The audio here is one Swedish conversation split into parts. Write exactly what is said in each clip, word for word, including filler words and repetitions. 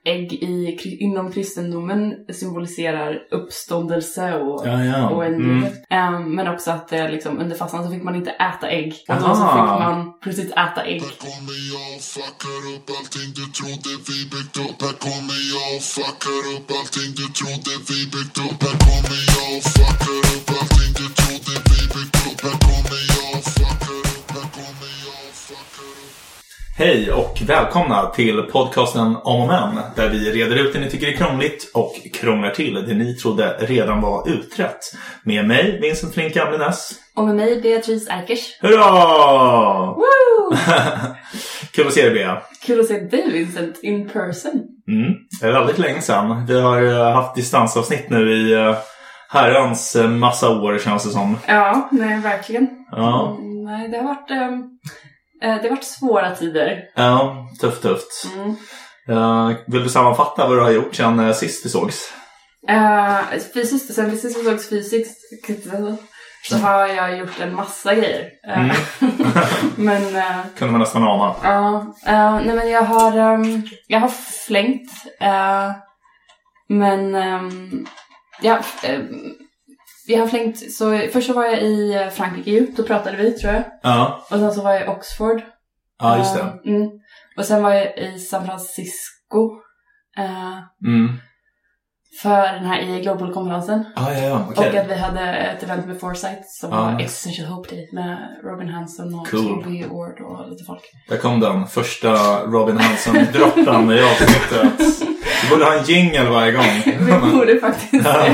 ägg i, inom kristendomen symboliserar uppståndelse och, ja, ja. och en mm. um, men också att det, liksom, under fastan så fick man inte äta ägg. Och då så fick man plötsligt äta ägg. Här kommer jag och fuckar upp allting du trodde vi byggt upp. Här kommer jag och fuckar upp allting du trodde vi byggt upp. Här kommer jag och fuckar upp allting du trodde vi byggt upp. Här kommer jag och fuckar upp. Här kommer jag och fuckar upp. Hej och välkomna till podcasten Om och Men, där vi reder ut det ni tycker är krångligt och krånglar till det ni trodde redan var utrett. Med mig, Vincent Flink Gamlenäs. Och med mig, Beatrice Erkers. Hurra! Woo! Kul att se dig, Bea. Kul att se dig, Vincent, in person. Mm, det är väldigt länge sedan. Vi har haft distansavsnitt nu i herrans massa år, känns det som. Ja, nej, verkligen. Ja. Mm, nej, det har varit... Um... Det har varit svåra tider. Ja, tufft, tufft. Mm. Uh, vill du sammanfatta vad du har gjort sedan uh, sist vi sågs? Uh, fysiskt, sen vi sist vi sågs fysiskt så har jag gjort en massa grejer. Uh, mm. men... Uh, kunde man nästan ana. Ja, uh, uh, nej men jag har... Um, jag har flängt. Uh, men... Um, ja... Uh, Jag har flängt, så först så var jag i Frankrike ju, då pratade vi tror jag. Ja. Och sen så var jag i Oxford. Ja, just det. Uh, mm. Och sen var jag i San Francisco. Uh, mm. För den här E A Global-konferensen. Ah, ja, ja, okay. Och att vi hade ett event med Foresight som ah, var nice. Existential Hope Day med Robin Hanson och cool. Toby Ward och lite folk. Där kom den första Robin Hanson-droppen i avsnittet. Vi borde ha en jingle varje gång. Vi borde faktiskt det.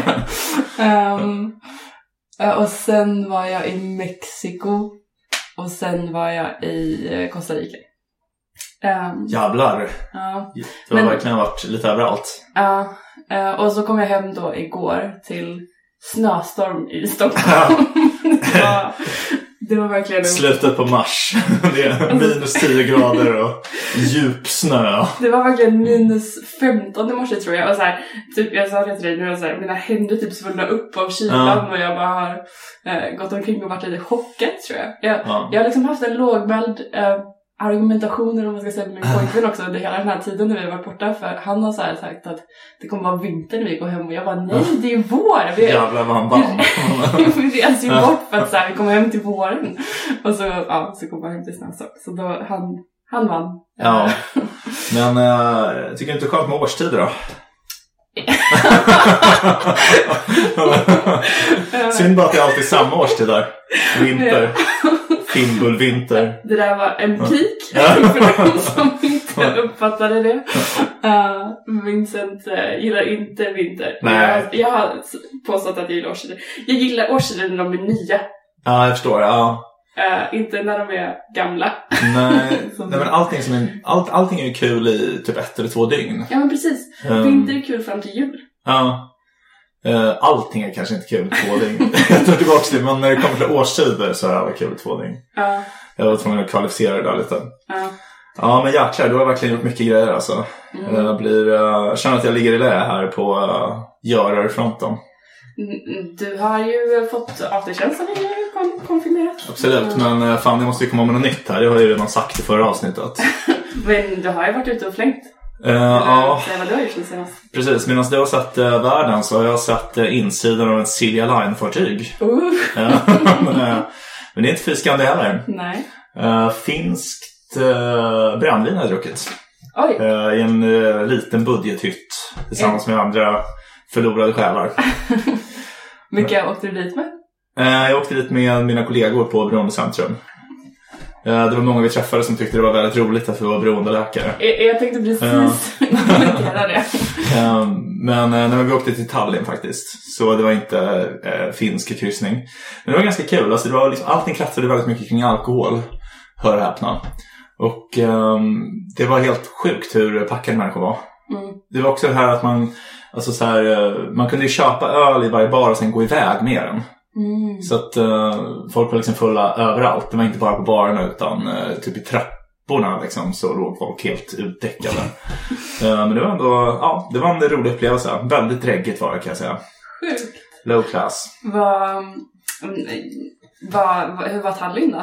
um, och sen var jag i Mexiko. Och sen var jag i Costa Rica. Um, Jävlar. Ja. Du har Men, verkligen varit lite överallt. Ja. Uh, och så kom jag hem då igår till snöstorm i Stockholm. det, var, det var verkligen en... Slutet på mars. Det är minus tio grader och djup snö. Det var verkligen minus femton i morse tror jag. Och så här, typ, jag sa det till dig nu, och så här, mina händer typ svullna upp av kylan. Ja. Och jag bara har uh, gått omkring och varit lite chockad tror jag. Jag, ja. jag har liksom haft en lågmäld... Uh, argumentationer om man ska säga med min pojkvän också under hela den här tiden när vi har varit borta, för han har så här sagt att det kommer vara vinter när vi går hem och jag bara nej, det är vår vi, jävlar vad han vann. vi reser ju bort för att så här, vi kommer hem till våren och så, ja, så kommer han hem till snöstorm så då, han, han vann. Ja, men äh, tycker du inte det är skönt med årstider då? Synd bara att det är alltid samma årstid där. Vinter. Fimbulvinter. Det där var en pik för de som inte uppfattade det. Uh, Vincent uh, gillar inte vinter. Nej. Jag, jag har påstått att jag gillar årstider. Jag gillar årstider när de är nya. Ja, jag förstår. Ja. Uh, inte när de är gamla. Nej, Nej men allting, som är, all, allting är ju kul i typ ett eller två dygn. Ja, men precis. Um, Vinter är kul fram till jul. Ja. Uh, allting är kanske inte kul i två dygn. Jag tar tillbaka det, men när det kommer till årstider så är alla kul i två dygn. Ja. Jag var tvungen att kvalificera det där lite. Ja. Ja, men jäklar, du har verkligen gjort mycket grejer alltså. Mm. Jag, blir, uh, jag känner att jag ligger i det här på uh, görarfronten. Du har ju fått A T-tjänsten konfirmerat. Absolut, mm. men fan, det måste ju komma med något nytt här. Det har jag ju redan sagt i förra avsnittet. Men du har ju varit ute och flängt. Uh, ja, vad du har gjort senast. Precis, medan du har sett uh, världen så har jag sett uh, insidan av ett Silja Line-fartyg. Uh. uh, men, uh, men det är inte fiskande heller. Nej. Uh, finskt uh, brännvin har jag druckit. Oj. Uh, I en uh, liten budgethytt tillsammans med andra förlorade själar. Vilka åkte du dit med? Uh, jag åkte dit med mina kollegor på Beroendecentrum. Uh, det var många vi träffade som tyckte det var väldigt roligt att vi var beroendeläkare. Jag, jag tänkte precis kommentera det. uh, Men uh, när vi åkte till Tallinn faktiskt, så det var inte uh, finsk kryssning. Men det var ganska kul. Alltså, det var liksom, allting kretsade väldigt mycket kring alkohol. Hör och häpna. Och um, det var helt sjukt hur packade människor var. Mm. Det var också det här att man, alltså så här, uh, man kunde ju köpa öl i varje bar och sen gå iväg med den. Mm. Så att uh, folk var liksom fulla överallt. Det var inte bara på barerna utan uh, typ i trapporna liksom, så låg folk helt utdäckade. uh, Men det var ändå, ja, det var en rolig upplevelse. Väldigt dräggigt var det, kan jag säga. Sjukt. Low class. Vad, vad, hur var Tallinn då?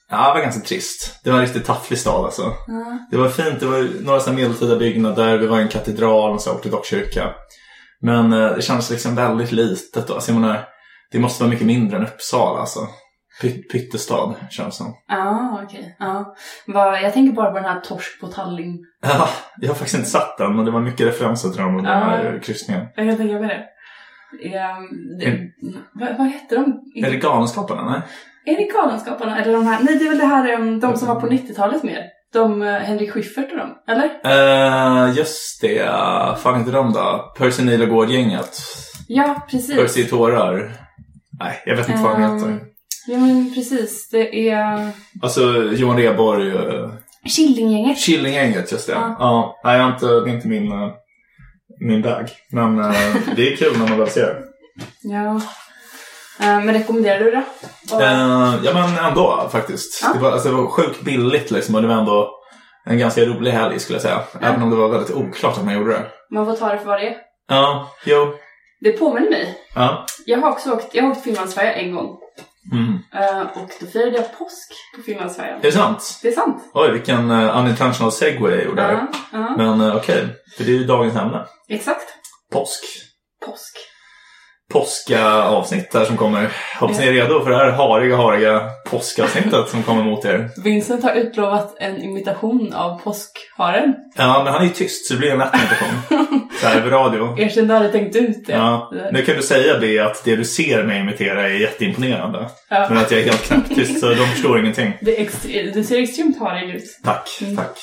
Ja, det var ganska trist. Det var en riktigt tafflig stad alltså. Mm. Det var fint, det var några sådana medeltida byggnader, det var en katedral och så ortodox kyrka. Men eh, det känns liksom väldigt litet då. Alltså, jag menar, det måste vara mycket mindre än Uppsala alltså. Py- pyttestad känns som. Ja, ah, okej. Okay. Ah. Jag tänker bara på den här Torsk på Tallinn. Ja, jag har faktiskt inte satt den, men det var mycket referenser till dem och ah, den här kryssningen. Jag kan tänka på det. Ja, det mm. vad, vad heter de? Är det Galenskaparna, nej? Är det Galenskaparna? Eller de här? Nej, det är väl det här, de som var på nittiotalet mer. De, Henrik Schyffert och dem, eller? Uh, just det, fan heter de då? Percy Nilegård-gänget. Ja, precis. Percy i tårar. Nej, jag vet inte um, vad han heter. Ja, men precis, det är... Alltså, Johan Rheborg... Uh... Killinggänget. Killinggänget, just det. Ja, ja nej, jag inte, det är inte min, uh, min väg. Men uh, det är kul när man väl ser det. Ja. Uh, men rekommenderar du det? Och... Uh, ja, men ändå faktiskt. Ja. Det, var, alltså, det var sjukt billigt liksom, och det var ändå en ganska rolig helg skulle jag säga. Ja. Även om det var väldigt oklart att man gjorde det. Man får ta det för vad det är. Ja, jo. Det påminner mig. Ja. Jag har också åkt, jag har åkt Finlandsfärja en gång. Mm. Uh, och då firade jag påsk på Finlandsfärjan. Är det sant? Det är sant. Oj, vilken uh, unintentional segway jag gjorde där. Uh, uh. Men uh, okej, okay. För det är ju dagens ämne. Exakt. Påsk. Påsk. Påska-avsnitt där som kommer. Hoppas ni är redo för det här hariga, hariga påskavsnittet som kommer mot er. Vincent har utlovat en imitation av påskharen. Ja, men han är ju tyst så det blir en lätt imitation. Så här över radio. Erkänn, du hade tänkt ut det. Ja, nu kan du säga det att det du ser mig imitera är jätteimponerande. Ja. Men att jag är helt knäpptyst så de förstår ingenting. Det är extre- du ser extremt harig ut. Tack, mm. tack.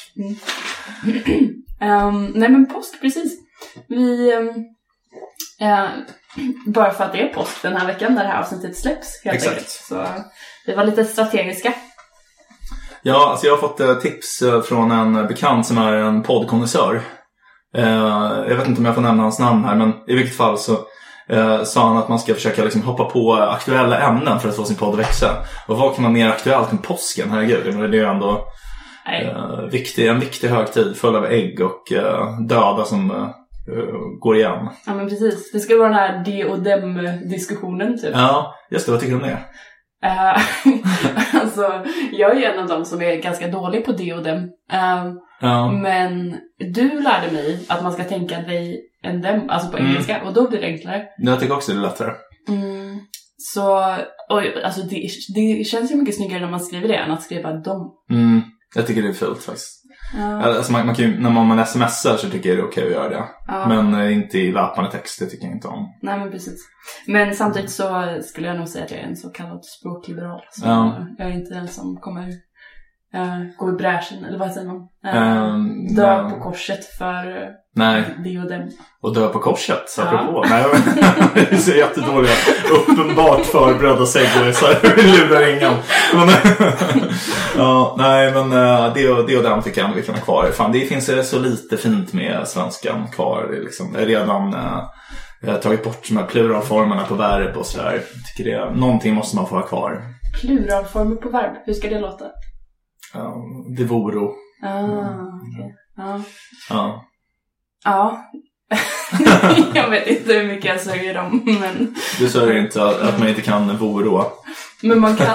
Mm. um, nej men påsk, precis. Vi... Um, uh, bara för att det är påsk den här veckan när det här avsnittet släpps. Helt Exakt. Enkelt. Så det var lite strategiska. Ja, alltså jag har fått uh, tips uh, från en bekant som är en poddkonnässör. Uh, jag vet inte om jag får nämna hans namn här, men i vilket fall så uh, sa han att man ska försöka liksom hoppa på aktuella ämnen för att få sin podd att växa. Och vad kan man mer aktuellt än påsken? Herregud, men det är ju ändå uh, viktig, en viktig högtid full av ägg och uh, döda som uh, uh, går igen. Ja, men precis. Det ska vara den här de och dem-diskussionen typ. Ja, just det. Vad tycker du om det? Uh, alltså, jag är ju en av dem som är ganska dålig på de och dem. Uh, Ja. Men du lärde mig att man ska tänka dig en dem, alltså på engelska, mm. och då blir det enklare. Jag tycker också det är lättare. Mm. Så, och, alltså det, det känns ju mycket snyggare när man skriver det än att skriva dem. Mm. Jag tycker det är fult faktiskt. Ja. Alltså man, man kan ju, när man smsar så tycker jag det är okej att göra det. Ja. Men äh, inte i löpande text, det tycker jag inte om. Nej, men precis. Men samtidigt så skulle jag nog säga att jag är en så kallad språkliberal. Så ja. Jag är inte den som kommer Uh, gå i bräschen, eller vad säger man? Uh, um, dö nej. På korset för uh, nej. det och dem. Och dö på korset, så apropå. Nej, det är så jättedåliga. Uppenbart förberedda segways. Vi lurar ingen. Men, ja, nej, men uh, det, och, det och dem tycker jag vi kan ha kvar. Fan, det finns så lite fint med svenskan kvar. Det är liksom, jag redan uh, jag har tagit bort de här pluralformerna på verb och sådär. Jag tycker det, någonting måste man få ha kvar. Pluralformer på verb, hur ska det låta? Ja, det vore. Ah, okej. Ja. Ja. Ja. Jag vet inte hur mycket jag sörjer dem, men... Du sörjer inte att, att man inte kan voro. Men man kan...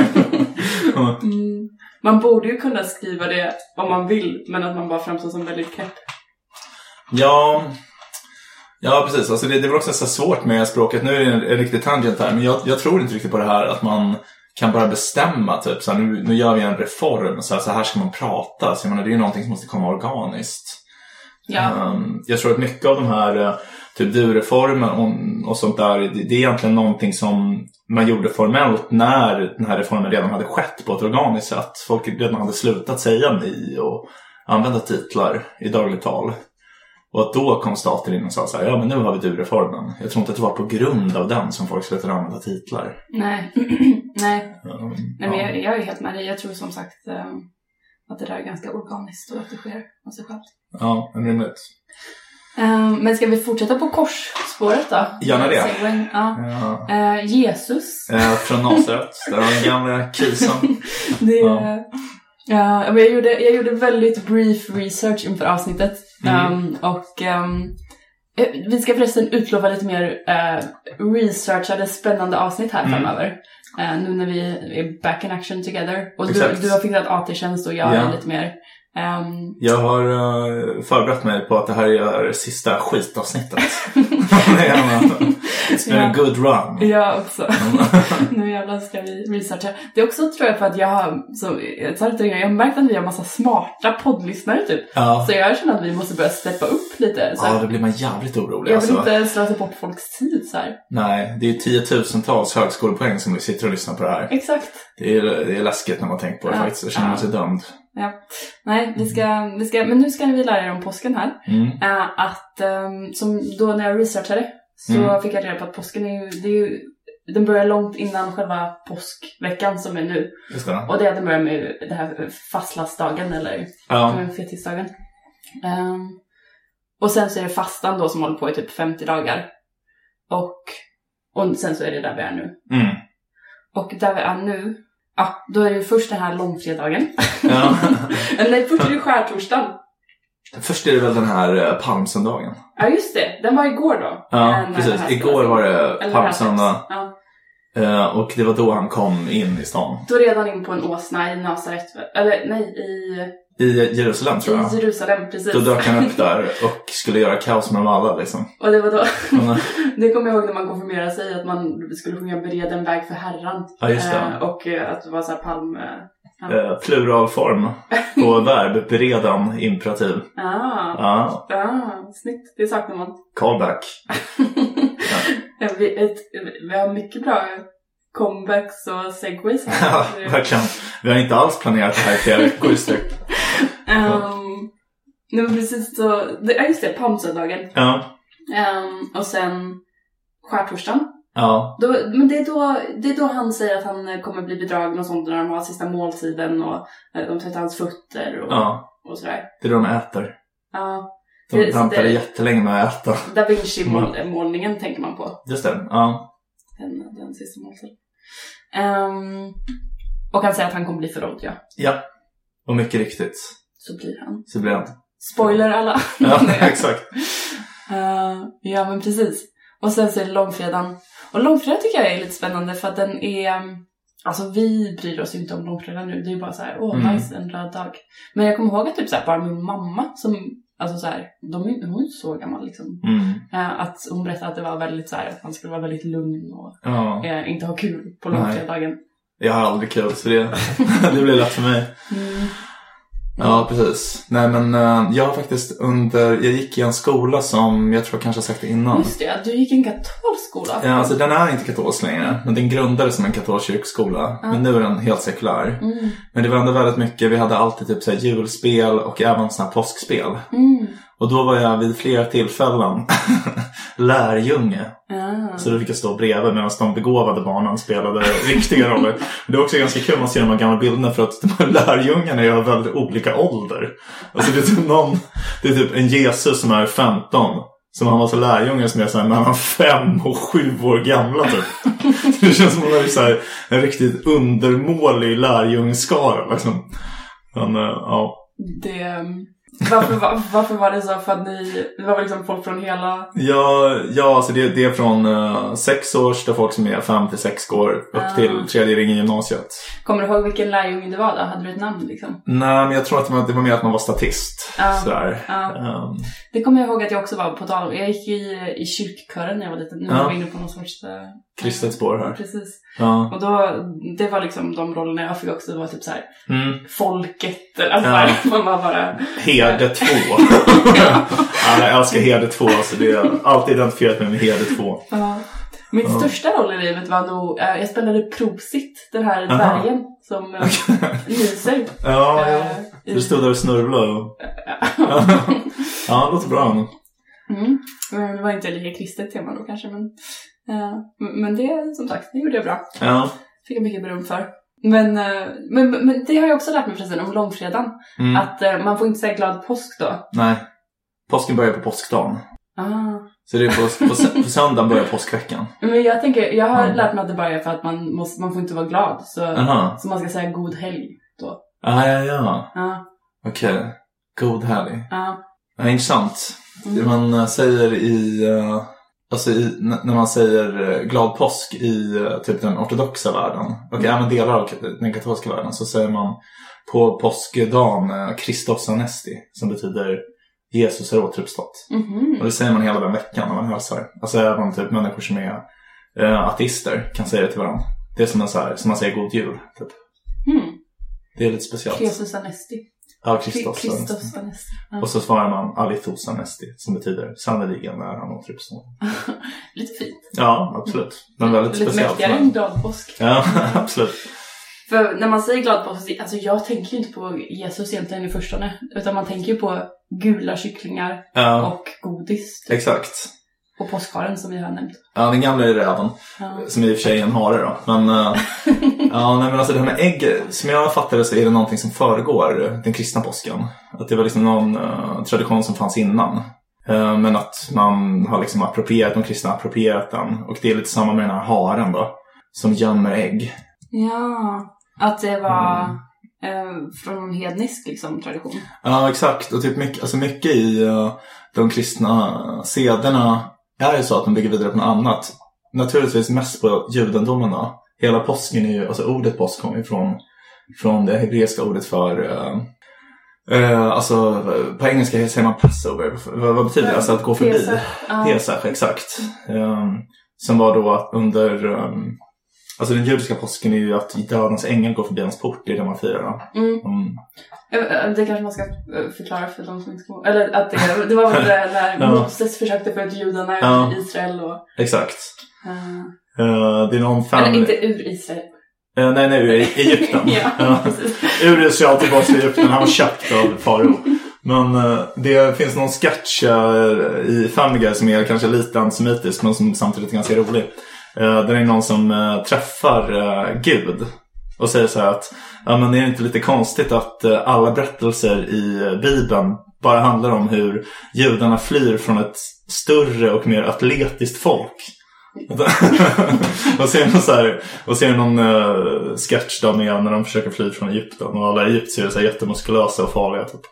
mm. Man borde ju kunna skriva det om man vill, men att man bara framstår som väldigt knäpp. Ja... Ja, precis. Alltså det, det var också så svårt med språket. Nu är det en, en riktig tangent här, men jag, jag tror inte riktigt på det här att man... kan bara bestämma typ så här, nu, nu gör vi en reform så här, så här ska man prata så jag menar, det är ju någonting som måste komma organiskt. Ja. Um, jag tror att mycket av de här typ du-reformen och, och sånt där, det, det är egentligen någonting som man gjorde formellt när den här reformen redan hade skett på ett organiskt sätt. Folk redan hade slutat säga ni och använda titlar i dagligt tal. Och att då kom staten in och sa så här, ja men nu har vi du-reformen. Jag tror inte att det var på grund av den som folk slutade använda titlar. Nej, nej. Um, Nej, men ja. jag, jag är helt med dig. Jag tror som sagt um, att det där är ganska organiskt och att det sker av sig självt. Ja, en rimligt. Um, men ska vi fortsätta på korsspåret då? Gärna det. Segwayn, ja. Ja. Uh, Jesus. Uh, från Nasaret. Det var den gamla krisen. Det ja. Ja, men jag gjorde, jag gjorde väldigt brief research inför avsnittet. Mm. Um, och um, vi ska förresten utlova lite mer uh, researchade spännande avsnitt här mm. framöver. Uh, nu när vi är back in action together. Och du, du har fixat A T-tjänst och jag ja. är lite mer... Um... Jag har uh, förberett mig på att det här är sista skitavsnittet. It's been ja. a good run. Ja, också. Nu jävlar ska vi researcha. Det är också, tror jag, för att jag har så, jag, tar lite, jag har märkt att vi har massa smarta poddlyssnare typ. Ja. Så jag känner att vi måste börja steppa upp lite. Så ja, då blir man jävligt orolig. Jag vill alltså. inte slösa bort folks tid så här. Nej, det är ju tiotusentals högskolepoäng som sitter och lyssnar på det här. Exakt. Det är, det är läskigt när man tänker på det ja. faktiskt. Jag känner man sig dömd. Ja, nej, vi ska, vi ska, men nu ska vi lära er om påsken här. Mm. Äh, att, um, som då när jag researchade så mm. fick jag reda på att påsken är ju, det är ju, den börjar långt innan själva påskveckan som är nu. Just det. Och det är att den börjar med det här fastlastdagen eller ja. fettisdagen. Um, och sen så är det fastan då som håller på i typ femtio dagar. Och, och sen så är det där vi är nu. Mm. Och där vi är nu, ja, då är det ju först den här långfredagen. Ja. Eller först är det skärtorsdagen. Först är det väl den här palmsöndagen. Ja, just det. Den var igår då. Ja, precis. Igår var det palmsöndag. Ja. Uh, och det var då han kom in i stan. Då redan in på en åsna i Nazaret. Eller nej, i... I Jerusalem tror jag. I Jerusalem, precis. Då dök han upp där och skulle göra kaos med dem alla liksom. Och det var då... det kommer jag ihåg när man konfirmerade sig. Att man skulle sjunga bereda en väg för Herran. Ja, just det. Uh, och uh, att det var så här palm... Uh, pluralform på verb, beredan, imperativ. Ah, ah. ah, snyggt. Det saknar man. Callback. ja. vi, ett, vi har mycket bra comebacks och segways här. Ja, verkligen. Vi har inte alls planerat det här i flera veckor i sträck. um, Nej, men precis så. Det är just det, palmsöndagen. Ja. Um, och sen skärtorsdagen. Ja. Då, men det är, då, det är då han säger att han kommer bli bedragen och sånt när de har sista måltiden och eh, de tvättar hans fötter och, ja. och sådär. Det är då de äter. Ja. De väntar jättelänge med att äta. Da Vinci-målningen mm. tänker man på. Just det, ja. Den, den sista måltiden. Um, och han säger att han kommer bli förrådd, ja. Ja, och mycket riktigt. Så blir han. Så blir han. Spoiler alla. Ja, exakt. Uh, ja, men precis. Och sen så är det långfredagen. Och långfredag tycker jag är lite spännande för att den är... Alltså vi bryr oss inte om långfredag nu. Det är bara så här, åh mm. nice, en röd dag. Men jag kommer ihåg att typ så här, bara min mamma som... Alltså så här, de, hon är inte så gammal liksom. Mm. Uh, att hon berättade att det var väldigt så här, att man skulle vara väldigt lugn och ja. uh, inte ha kul på långfredagen. Jag har aldrig kul så det, det blir lätt för mig. Mm. Ja, precis. Nej, men uh, jag har faktiskt under... Jag gick i en skola som jag tror jag kanske har sagt det innan. Just det, du gick i en katolsk skola. Ja, alltså den är inte katolsk längre. Men den grundades som en katolsk kyrkskola. Mm. Men nu är den helt sekulär. Mm. Men det var ändå väldigt mycket. Vi hade alltid typ så här julspel och även såna här påskspel. Mm. Och då var jag vid flera tillfällen lärjunge. Ah. Så då fick jag stå bredvid medan de begåvade barnen spelade riktiga roller. Det är också ganska kul att se de här gamla bilderna för att de här lärjungarna är väldigt olika ålder. Alltså det är typ någon, det är typ en Jesus som är femton. Som han var så lärjunge som är så här mellan fem och sju år gamla typ. Det känns som att han är så här en riktigt undermålig lärjungskara liksom. Men, ja. Det... Varför, var, varför var det så? För att ni, det var liksom folk från hela... Ja, ja alltså det, det är från uh, sex års där folk som är fem till sex år upp ah. till tredje ringen gymnasiet. Kommer du ihåg vilken lärjunge det var då? Hade du ett namn liksom? Nej, men jag tror att det var, det var mer att man var statist. Ah. Sådär. Ah. Um. Det kommer jag ihåg att jag också var på tal. Jag gick i, i kyrkkören när jag var liten. Nu ah. var jag inne på någon sorts... Uh, kristet spår här. Precis. Ja. Och då, det var liksom de rollerna jag fick också. Det var typ så här mm. folket. Alltså ja. Här, man var bara... Herde två. Ja. Ja, jag älskar Herde två. Så det är alltid identifierat med Herde två. Ja. Min ja. största roll i livet var nog... Äh, jag spelade Prosit. Den här dvärgen som äh, nyser. Ja, ja. Äh, du stod där och snurvlade. Och... Ja. Ja, det låter bra. Mm. Det var inte lika kristet tema då kanske. Men, äh, men det, som sagt, det gjorde jag bra. Ja. Fick jag mycket beröm för. Men, men, men det har jag också lärt mig förresten om långfredagen. Mm. Att uh, man får inte säga glad påsk då. Nej, påsken börjar på påskdagen. Ah. Så det är på, på, på söndagen börjar påskveckan. Men jag tänker, jag har mm. lärt mig att det börjar för att man, måste, man får inte vara glad. Så, så man ska säga god helg då. Ah, ja, ja. Ah. Okej, okay. God helg. Ah. Ja, intressant. Mm. Det man säger i... Uh, alltså i, n- när man säger glad påsk i typ den ortodoxa världen och mm. även delar av den katolska världen, så säger man på påskdagen Christos anesti, som betyder Jesus har återuppstått. Mm-hmm. Och det säger man hela den veckan när man hälsar. Alltså även typ människor som är äh, ateister kan säga det till varandra. Det är som, en så här, som man säger god jul typ. Mm. Det är lite speciellt. Jesus anesti. Ja, Christos, Christos anesti. Ja. Och så svarar man alithos anesti, som betyder sannoliken när han återuppstår. Lite fint. Ja, absolut. Men väldigt lite speciellt. Lite mäktigare än glad påsk. Ja, absolut. För när man säger glad påsk, alltså jag tänker ju inte på Jesus egentligen i förstone, utan man tänker ju på gula kycklingar ja. och godis. Typ. Exakt. Och påskharen som vi har nämnt. Ja, den gamla är räven. Ja. Som i och för sig är en hare då. Men, uh, ja, nej, men alltså det här med ägg, som jag fattar det så är det någonting som föregår den kristna påsken. Att det var liksom någon uh, tradition som fanns innan. Uh, men att man har liksom approprierat, de kristna approprierat den. Och det är lite samma med den här haren då. Som gömmer ägg. Ja, att det var mm. eh, från en hednisk liksom, tradition. Ja, exakt. Och typ mycket, alltså mycket i uh, de kristna sederna är ju så att de bygger vidare på något annat. Naturligtvis mest på judendomen då. Hela påsken är ju, alltså ordet påsk kommer ju från, från det hebreiska ordet för, uh, uh, alltså på engelska säger man Passover. Vad, vad betyder det? Alltså att gå förbi. Pesach, uh. Pesach, exakt. Um, som var då att under... Um, Alltså den judiska påsken är ju att dödens ängel går förbi ens port, det är det man firar då. Mm. Mm. Det kanske man ska förklara för de som inte kommer. Eller att det, det var väl när ja. Moses försökte för att judarna ja. ur Israel och... Exakt. Uh. Uh, det är någon fan... Eller inte ur Israel. Uh, nej, nej, ur Egypten. ja, uh, ur Israel tillbaka till Egypten, han var köpt av farao. Men uh, det finns någon sketch uh, i Family Guy som är kanske lite antisemitisk men som samtidigt är ganska rolig. Uh, det är någon som uh, träffar uh, Gud och säger så här att ja, men det är inte lite konstigt att uh, alla berättelser i uh, Bibeln bara handlar om hur judarna flyr från ett större och mer atletiskt folk. och ser så här, och ser någon uh, sketch då med när de försöker fly från Egypten och alla egyptier är så här jättemuskulösa och farliga typ.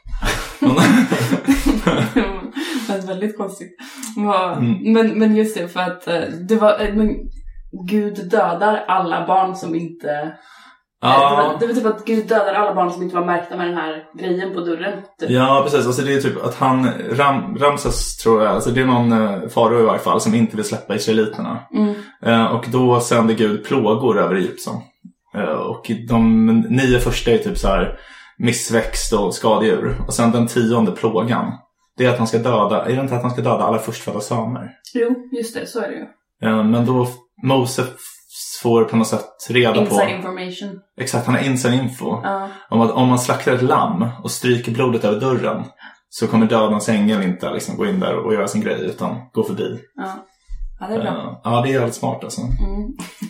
Det är väldigt konstigt. Ja, mm. men, men just det, för att det var, men Gud dödar alla barn som inte... Ah. Det, var, det var typ att Gud dödar alla barn som inte var märkta med den här grejen på dörren. Typ. Ja, precis. Alltså det är typ att han, Ram, Ramses tror jag, alltså det är någon uh, farao i varje fall som inte vill släppa israeliterna. Mm. Uh, och då sänder Gud plågor över Egypten. Uh, och de nio första är typ så här missväxt och skadedjur. Och sen den tionde plågan, det är att han ska döda, är det inte att han ska döda alla förstfödda samer? Jo, just det, så är det ju. Uh, men då Moses får på något sätt reda inside på... Inside information. Exakt, han har inside info. Uh. Om att om man slaktar ett lamm och stryker blodet över dörren så kommer dödens ängel inte liksom gå in där och göra sin grej utan gå förbi. Uh. Ja, det är bra. Uh, ja, det är jävligt smart alltså. Mm.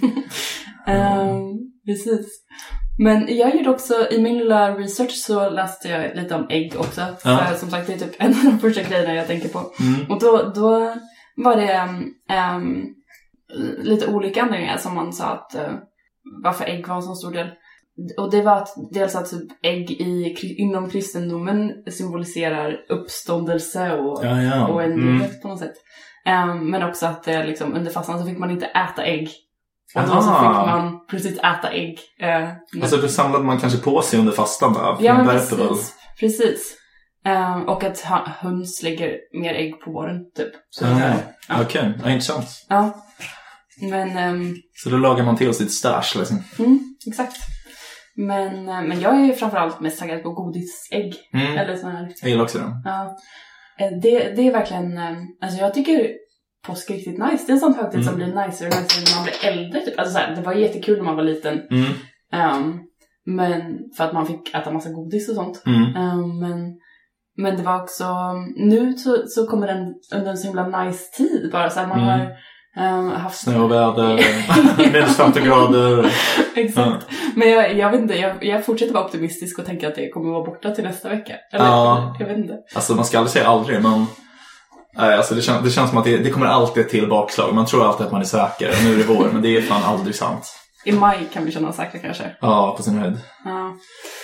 um, precis. Men jag gjorde också, i min lilla research så läste jag lite om ägg också. För uh. som sagt, det är typ en av de första grejerna jag tänker på. Mm. Och då, då var det... Um, lite olika anledningar som man sa att uh, varför ägg var en så stor del. Och det var att dels att typ ägg i, inom kristendomen symboliserar uppståndelse och, ja, ja. och en mm. nyhet på något sätt. Um, men också att det, liksom, under fastan så fick man inte äta ägg. Och då så fick man plötsligt äta ägg. Uh, alltså då samlade man kanske på sig under fastan där. Ja, men precis. Väl. precis. Um, och att höns lägger mer ägg på våren typ. Så ah, ja. Okej, okay. Ja, intressant. Ja. Men, um, så då lagar man till sitt stash liksom. Mm, exakt. Men, men jag är ju framförallt mest taggad på godisägg. Mm. Eller sån här. Jag gillar också det. Ja. Det, det är verkligen, alltså jag tycker påsk är riktigt nice. Det är en sån högtid mm. som blir nicer och nicer när man blir äldre. Typ. Alltså så här, det var jättekul när man var liten. Mm. Um, men för att man fick äta massa godis och sånt. Mm. Um, men, men det var också, nu så, så kommer den under en så himla nice tid. Bara så här, man mm. har Um, haft... snö och väder, minus femtio grader. Exakt. Ja. Men jag, jag vet inte, jag, jag fortsätter vara optimistisk och tänka att det kommer vara borta till nästa vecka. Eller, ja. Jag vet inte. Alltså man ska aldrig säga aldrig, men nej, alltså det, kän, det känns som att det, det kommer alltid till bakslag. Man tror alltid att man är säker, nu är det vår, men det är fan aldrig sant. i maj kan vi känna oss säkra kanske. Ja, på sin höjd. Ja.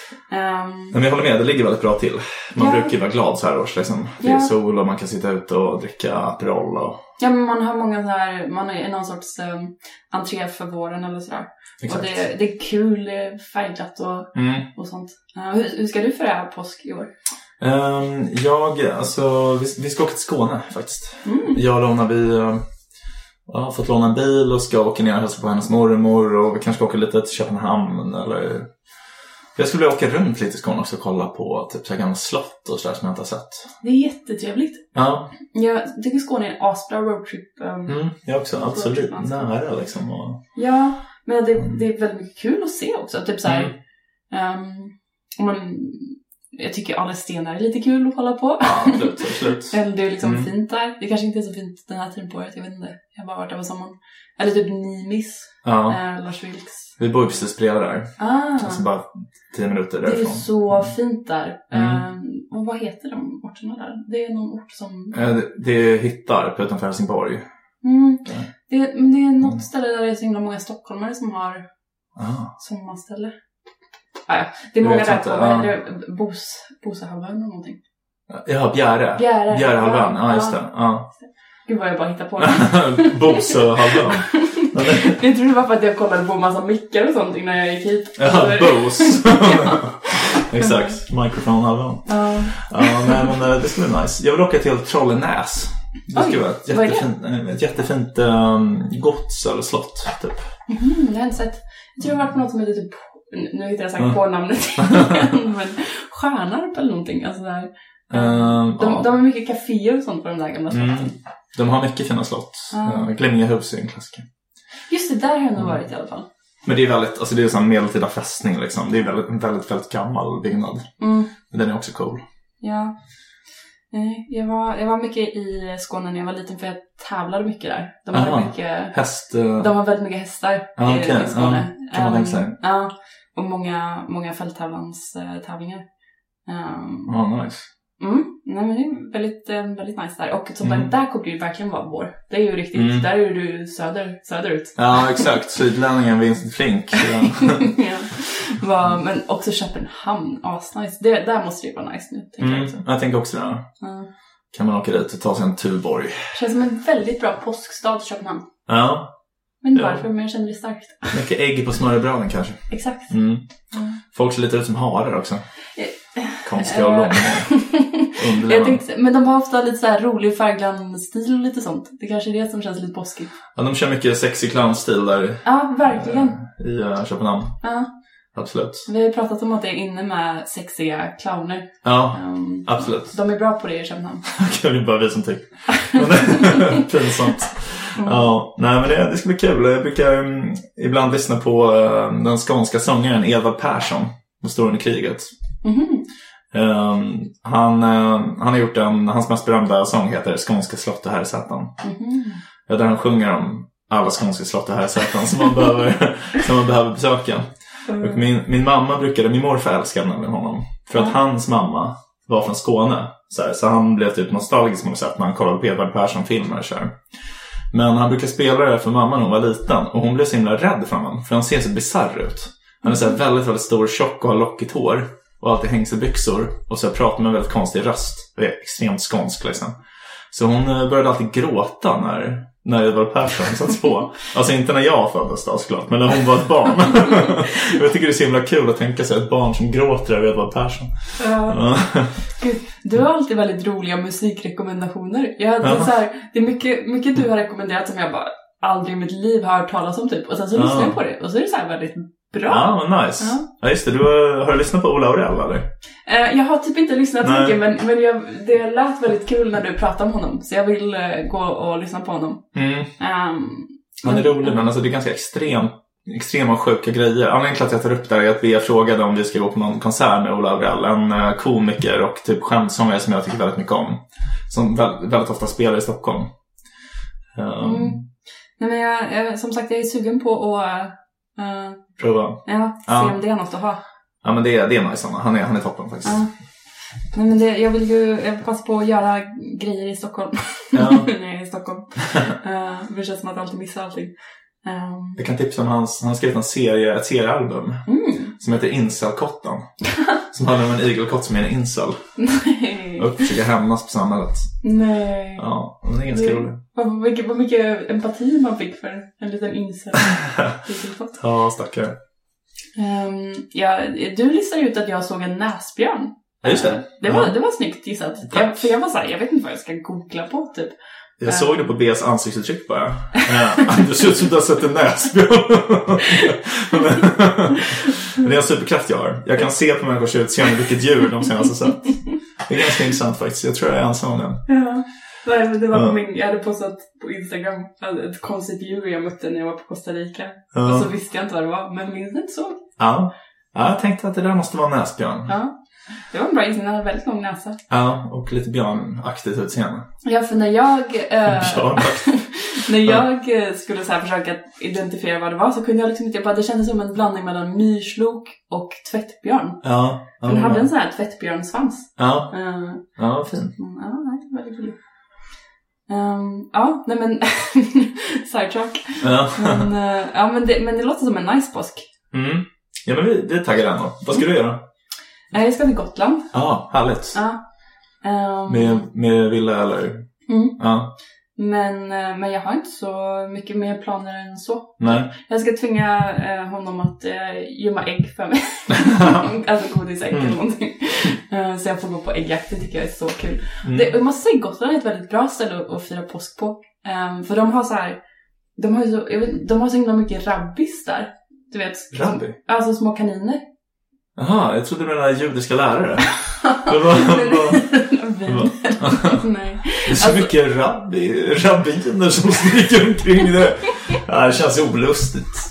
Um, Men jag håller med, det ligger väldigt bra till. Man ja. brukar ju vara glad så här års liksom. Det är ja. sol och man kan sitta ute och dricka Aperol och... Ja, men man har många så här, man är någon sorts um, entré för våren eller sådär. Exakt. Och det, det är kul, färgglatt och, mm. och sånt. Uh, hur, hur ska du förra påsk i år? Um, jag, alltså, vi, vi ska åka till Skåne faktiskt. Mm. Jag och Lona, vi uh, har fått låna en bil och ska åka ner och hälsa på hennes mormor. Och vi kanske ska åka lite till Köpenhamn eller... Jag skulle vilja åka runt lite i Skåne också och kolla på typ så här gamla slott och sådär som jag inte har sett. Det är jättetrevligt. Ja. Jag tycker Skåne är en asbra roadtrip. Um, mm, jag också, absolut. Nära liksom. Och... Ja, men det, det är väldigt mycket kul att se också. Typ så här, mm. um, om man... Jag tycker alla stenar är lite kul att kolla på. Ja, absolut, absolut. Eller det är liksom mm. fint där. Det kanske inte är så fint den här tiden på året, jag vet inte. Jag har bara varit där på sommaren. Eller typ Nimis. Ja. Äh, Lars Vilks. Vi bor ju precis bredvid där. Ah. Alltså bara tio minuter därifrån. Det är så fint där. Mm. Um, och vad heter de orterna där? Det är någon ort som... Äh, det, det är Hittarp utanför Helsingborg. Mm. Ja. Det, men det är något mm. ställe där det är så himla många stockholmare som har ah. sommarställe. Ah, ja. Det är många där på, vad heter det? Bos, Bosahalvön eller någonting. Ja, Bjäre. Bjäre. Bjärehalvön, ja just det. Ja. Gud vad jag bara hittar på. Bosahalvön. Jag tror det var för att jag kollade på en massa mickar och sånt innan jag gick hit. Ja, Bose. Ja. Exakt, mikrofonhalvön. Ja. Ja, nej, men det skulle vara nice. Jag vill åka till Trollenäs. Det skulle vara ett jättefint, ett jättefint um, gods eller slott typ. Mm, det har jag inte sett. Jag tror jag har varit på något som heter typ, nu vet jag sagt mm. på namnet men Stjärnarp eller någonting alltså där. Um, de, ja. de har mycket kaféer och sånt på de där gamla slotten. Mm. De har mycket fina slott. Uh. Glemingahus är en klassiker. Just det, där har jag nog varit i alla fall. Men det är väldigt, alltså det är en medeltida fästning liksom. Det är väldigt, en väldigt, väldigt gammal byggnad. Mm. Men den är också cool. Ja. Jag var, jag var mycket i Skåne när jag var liten för jag tävlade mycket där. De har Aha, mycket häst, uh... de har väldigt mycket hästar ah, i, okay. i Skåne. Ah, kan man tänka sig. Um, ja, och många, många fälttävlanstävlingar. Um, oh, nice. Mm, nej men det är väldigt, väldigt nice där. Och som mm. där kommer det ju verkligen vara vår. Det är ju riktigt, mm. där är du söder, söderut. Ja, exakt. Sydlänningen Vincent Flink. Ja. Ja. Va, men också Köpenhamn, asnice. Det, där måste det ju vara nice nu, tänker mm, jag också. Jag tänker också det. Ja. Kan man åka dit och ta sig en Tuborg. Känns som en väldigt bra påskstad, Köpenhamn. Ja. Men varför? Ja. Men jag känner det starkt. Mycket ägg på smörrebröden kanske. Exakt. Mm. Mm. Folk ser lite ut som harar också. Konstiga och långa. Jag tänkte, men de har ofta lite så här rolig färgglann-stil och lite sånt. Det kanske är det som känns lite påskigt. Ja, de kör mycket sexy clown-stil där. Ja, verkligen. I uh, Köpenhamn. Ja. Absolut. Vi har pratat om att det är inne med sexiga clowner. Ja, um, absolut. De är bra på det i Köpenhamn. Okej, det är bara vi som tycker. Pinsamt. Mm. Ja, nej men det, det ska bli kul. Jag brukar um, ibland lyssna på uh, den skånska sångaren Edvard Persson. Som står under kriget. Mhm. Um, han, uh, han har gjort en, hans mest berömda sång heter Skånska slott och herrsäten. Mm-hmm. Ja, där han sjunger om alla skånska slott och herrsäten som man behöver, som man behöver besöka. Mm. Och min, min mamma brukade, min morfar älskade nämligen honom. För att mm. hans mamma var från Skåne. Så, här, så han blev typ nostalgisk på något sätt när han kollade på Edvard Persson-filmer. Så här. Men han brukade spela det för mamma när hon var liten. Och hon blev så himla rädd för honom. För han ser så bizarr ut. Han är så här väldigt, väldigt stor, tjock och har lockigt hår. Och alltid hängselbyxor. Och så pratar med en väldigt konstig röst. Det är extremt skånsk liksom. Så hon började alltid gråta när, när Edvard Persson satts på. Alltså inte när jag föddes då såklart. Men när hon var ett barn. Jag tycker det är så himla kul att tänka sig ett barn som gråter över Edvard Persson. Ja. Gud, du har alltid väldigt roliga musikrekommendationer. Jag hade ja. så här, det är mycket, mycket du har rekommenderat som jag bara aldrig i mitt liv har hört talas om typ. Och sen så ja. lyssnar jag på det. Och så är det så här väldigt bra. Ja, men nice. Ja. Ja, just det. Du har, har du lyssnat på Ola Aurell, eller? Uh, jag har typ inte lyssnat Nej. mycket, men, men jag, det lät väldigt kul när du pratade om honom. Så jag vill uh, gå och lyssna på honom. Mm. Um, Han är rolig, men alltså, det är ganska extremt, extrema och sjuka grejer. Anledningen till att jag tar upp det är att vi frågade om vi ska gå på någon konsert med Ola Aurell. En uh, komiker och typ skämtsångare som jag tycker väldigt mycket om. Som väldigt, väldigt ofta spelar i Stockholm. Um, mm. Nej, men jag, jag, som sagt, jag är sugen på att... Uh, prova. Ja, se ja. om det är något att ha. Ja, men det är, det är nice. Han är, han är toppen faktiskt. Ja. Nej, men det, jag vill ju jag vill passa på att göra grejer i Stockholm. Ja. När jag är i Stockholm. uh, det känns som att jag alltid missar allting. Um... Jag kan tipsa om hans, han har skrivit en serie, ett seriealbum mm. som heter Incel-kottan. Som handlar om en igelkott som är en incel. Nej. Och försöker hämnas på samhället. Nej. Ja, men det är ganska roligt. Vad mycket, vad mycket empati man fick för en liten incel. Ja, stackare. Um, ja, du listade ut att jag såg en näsbjörn. Ja, just det. Det var, ja. det var snyggt gissat. Jag, för jag var så här, jag vet inte vad jag ska googla på typ. Jag såg det på B's ansiktsuttryck bara. Ja, du ser ut som du har sett en näsbjörn. Men det är en superkraft jag har. Jag kan se på människors utseende vilket djur de senaste sett. Det är ganska intressant faktiskt. Jag tror jag är ensam om den. Ja. Nej, men det var ja. på min, jag hade postat på Instagram ett konstigt djur jag mötte när jag var på Costa Rica. Ja. Och så visste jag inte vad det var, men minns inte så. Ja. Ja, jag tänkte att det där måste vara en näsbjörn. Ja. Det var en bra gissning, den hade väldigt lång näsa. Ja, och lite björnaktigt utseende. Ja, för när jag äh, när jag ja. skulle så här försöka identifiera vad det var så kunde jag liksom inte, jag bara, det kändes som en blandning mellan myrslok och tvättbjörn. Ja. ja den hade ja. en sån här tvättbjörnsvans. Ja. Uh, ja, fin. Ja, nej, väldigt kul. Um, ja, nej men sidetrack. Ja. Men, uh, ja, men det, men det låter som en nice påsk. Mm. Ja, men vi, vi taggar den då. Vad ska mm. du göra? Jag ska till Gotland. Ja, härligt. Ja. Um, med, med villa eller? Mm. Ja. Men, men jag har inte så mycket mer planer än så. Nej. Jag ska tvinga eh, honom att eh, gömma ägg för mig. Alltså godisägg mm. eller någonting. Uh, så jag får gå på äggjakt, det tycker jag är så kul. Mm. Det, jag måste säga, Gotland är ett väldigt bra ställe att, att fira påsk på. Um, för de har så här, de har så, jag vet, de har så himla mycket rabbis där. Du vet. Rabbi? Alltså små kaniner. Jaha, jag trodde du menade judiska lärare. Nej. Det är så alltså, mycket rabbi, rabbiner som springer omkring det. Ja, det känns olustigt.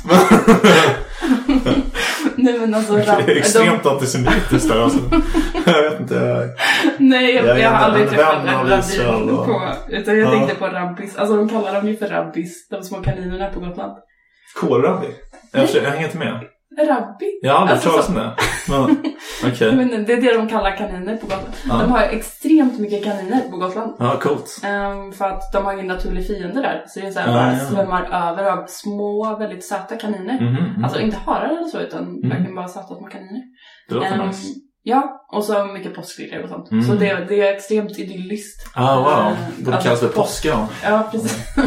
Nej, men alltså, det är extremt de... antisemitiskt där alltså. Jag vet inte. Nej, jag, jag, jag har aldrig träffat en rabbin och... på. Utan jag ja. tänkte på rabbis. Alltså de kallar dem ju för rabbis, de små kaninerna på Gotland. Kålrabbi? Jag, jag hänger inte med. Rabbi? Jag har aldrig alltså, talat om det. Men, okay. Men det är det de kallar kaniner på Gotland. Ja. De har extremt mycket kaniner på Gotland. Ja, coolt. Um, för att de har ingen naturlig fiende där. Så det är så här, ja, bara ja. svämmar över av små, väldigt söta kaniner. Mm, mm. Alltså inte harar eller så, utan mm. verkligen bara söta små kaniner. Det låter um, nice. Ja, och så mycket påskgriller och sånt. Mm. Så det, det är extremt idylliskt. Ah, wow. Det uh, kallas för påskgran. Ja, precis.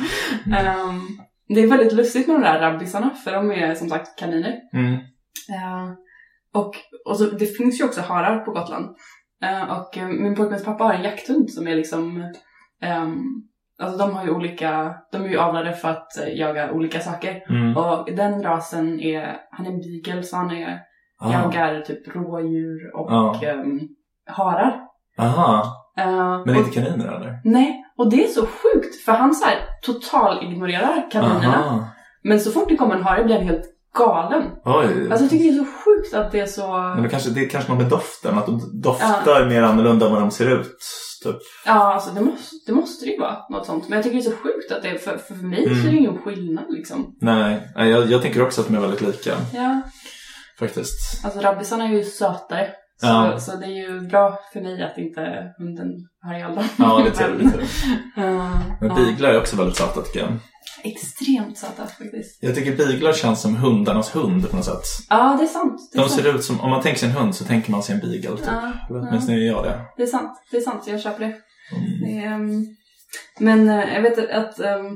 um, det är väldigt lustigt med de där rabbisarna, för de är som sagt kaniner. Mm. Uh, och och så, det finns ju också harar på Gotland. Uh, och uh, min pojkväns pappa har en jakthund som är liksom... Um, alltså de har ju olika... De är ju avlade för att uh, jaga olika saker. Mm. Och den rasen är... Han är en beagle, så han är... Ah. Jagar typ rådjur och ah. um, harar. Aha. Uh, Men och, inte kaniner eller? Nej, och det är så sjukt. För han så här total ignorerar kaninerna. Aha. Men så fort det kommer en hare blir han helt galen. Oj. Alltså jag tycker det är så sjukt att det är så... Men det kanske, det är kanske något med doften. Att de doftar ja. mer annorlunda än vad de ser ut. Typ. Ja, alltså det måste, det måste ju vara något sånt. Men jag tycker det är så sjukt att det är... För, för mig mm. så är det ingen skillnad liksom. Nej, jag, jag tänker också att de är väldigt lika. Ja. Faktiskt. Alltså rabbisarna är ju sötare. Så, ja. så det är ju bra för mig att inte hunden har ihjäl dem. Ja, det är lite. uh, Men beaglar uh. är också väldigt söta tycker jag. Extremt söta faktiskt. Jag tycker beaglar känns som hundarnas hund på något sätt. Ja, det är sant. Det är De ser sant. ut som, om man tänker sig en hund så tänker man sig en beagle typ. Ja, men ja. gör det. Det är sant, det är sant, jag köper det. Mm. det är, um, men uh, jag vet att um,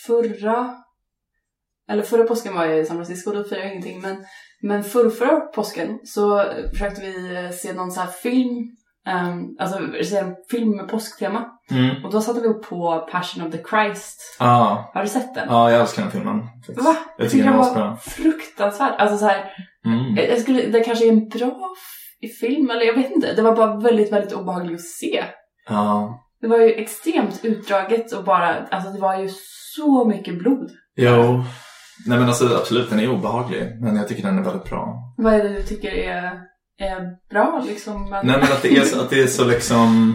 förra eller förra påsken var jag i San Francisco, då firade jag ingenting. Men, men förra, förra påsken så försökte vi se någon så här film. Um, alltså se en film med påsktema. Mm. Och då satte vi upp på Passion of the Christ. Ah. Har du sett den? Ja, jag älskar den filmen. Faktiskt. Va? Jag tycker den var bra. Fruktansvärt. Alltså så här, mm. jag skulle, det kanske är en bra f- film, eller jag vet inte. Det var bara väldigt, väldigt obehagligt att se. Ja. Det var ju extremt utdraget och bara, alltså det var ju så mycket blod. Jo. Nej men alltså absolut, den är obehaglig. Men jag tycker den är väldigt bra. Vad är det du tycker är, är bra liksom? Men... Nej men att det, är så, att det är så liksom...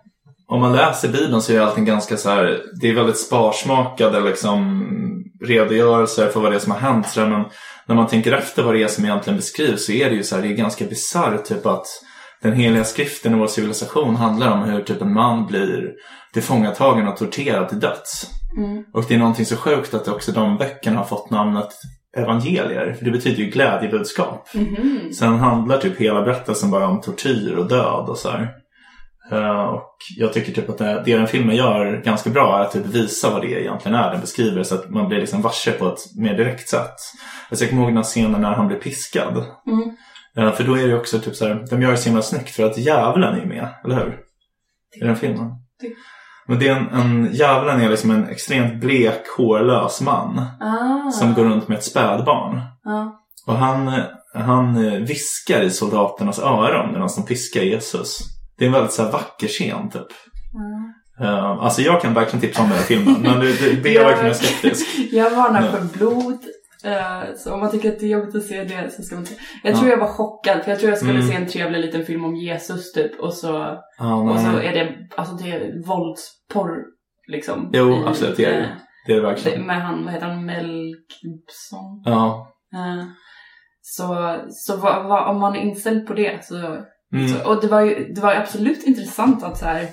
Om man läser Bibeln så är allting ganska så här... Det är väldigt sparsmakade liksom redogörelser för vad det är som har hänt. Så men när man tänker efter vad det är som egentligen beskrivs så är det ju så här, det är ganska bizarrt typ att den heliga skriften i vår civilisation handlar om hur typ en man blir tillfångatagen och torterad till döds. Mm. Och det är någonting så sjukt att också de böckerna har fått namnet evangelier. För det betyder ju glädjebudskap. Mm-hmm. Sen handlar typ hela berättelsen bara om tortyr och död och så här. Uh, och jag tycker typ att det, det den filmen gör ganska bra är att typ visa vad det egentligen är den beskriver, så att man blir liksom varse på ett mer direkt sätt. Alltså jag kommer ihåg den scenen när han blir piskad. Mm. Uh, för då är det också typ så här, de gör det så himla snyggt för att djävulen är med, eller hur? I den filmen. Det. Men det är en, en djävulen är liksom en extremt blek, hårlös man ah. som går runt med ett spädbarn. Ah. Och han, han viskar i soldaternas öron medan de piskar Jesus. Det är en väldigt så här vacker scen typ. Mm. Uh, alltså jag kan verkligen tipsa om den här filmen. Men det, det, det är verkligen skeptisk. Jag varnar no. för blod. Uh, så om man tycker att det är jobbigt att se det så ska man inte. Jag tror ja. jag var chockad. För jag tror jag skulle mm. se en trevlig liten film om Jesus typ. Och så, oh, och så är det, alltså det är våldsporr liksom. Jo, i, absolut. Det är det. Det är det verkligen. Med han, vad heter han? Mel Gibson. Ja. Uh, så så va, va, om man är inställd på det så... Mm. Så, och det var ju det var absolut intressant att så här,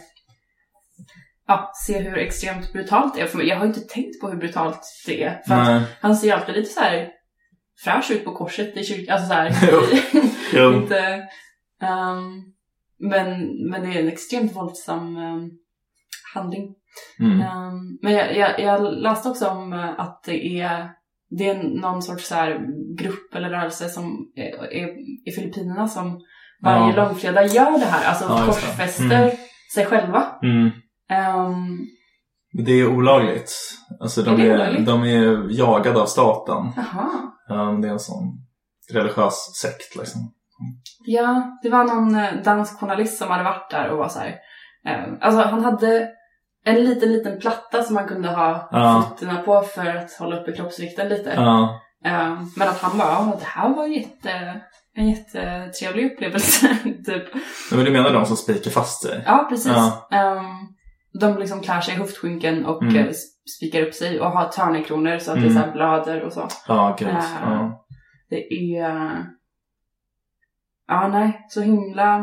ja, se hur extremt brutalt det är. För jag har inte tänkt på hur brutalt det är. För att han ser ju alltid lite så här fräsch ut på korset i kyrkan. Alltså så här. jo. inte, um, men, men det är en extremt våldsam um, handling. Mm. Um, men jag, jag, jag läste också om att det är det är någon sorts så här grupp eller rörelse som är, är i Filippinerna som varje ja. långfredag gör det här. Alltså ja, korsfäster mm. sig själva. Mm. Um, det är olagligt. Alltså de är, är, de är jagade av staten. Um, det är en sån religiös sekt liksom. Ja, det var någon dansk journalist som hade varit där och var så här. Um, alltså han hade en liten liten platta som man kunde ha ja. fötterna på för att hålla uppe kroppsvikten lite. Ja. Um, men att han bara, ja, det här var jätte... en jättetrevlig upplevelse typ. Men du menar de som spikar fast sig? Ja, precis. Ja. Um, de liksom klär sig i höftskynken och mm. spikar upp sig och har törnekronor så att mm. det är så här blader och så. Ja, gud. Uh, ja. Det är... Ja, nej. Så himla...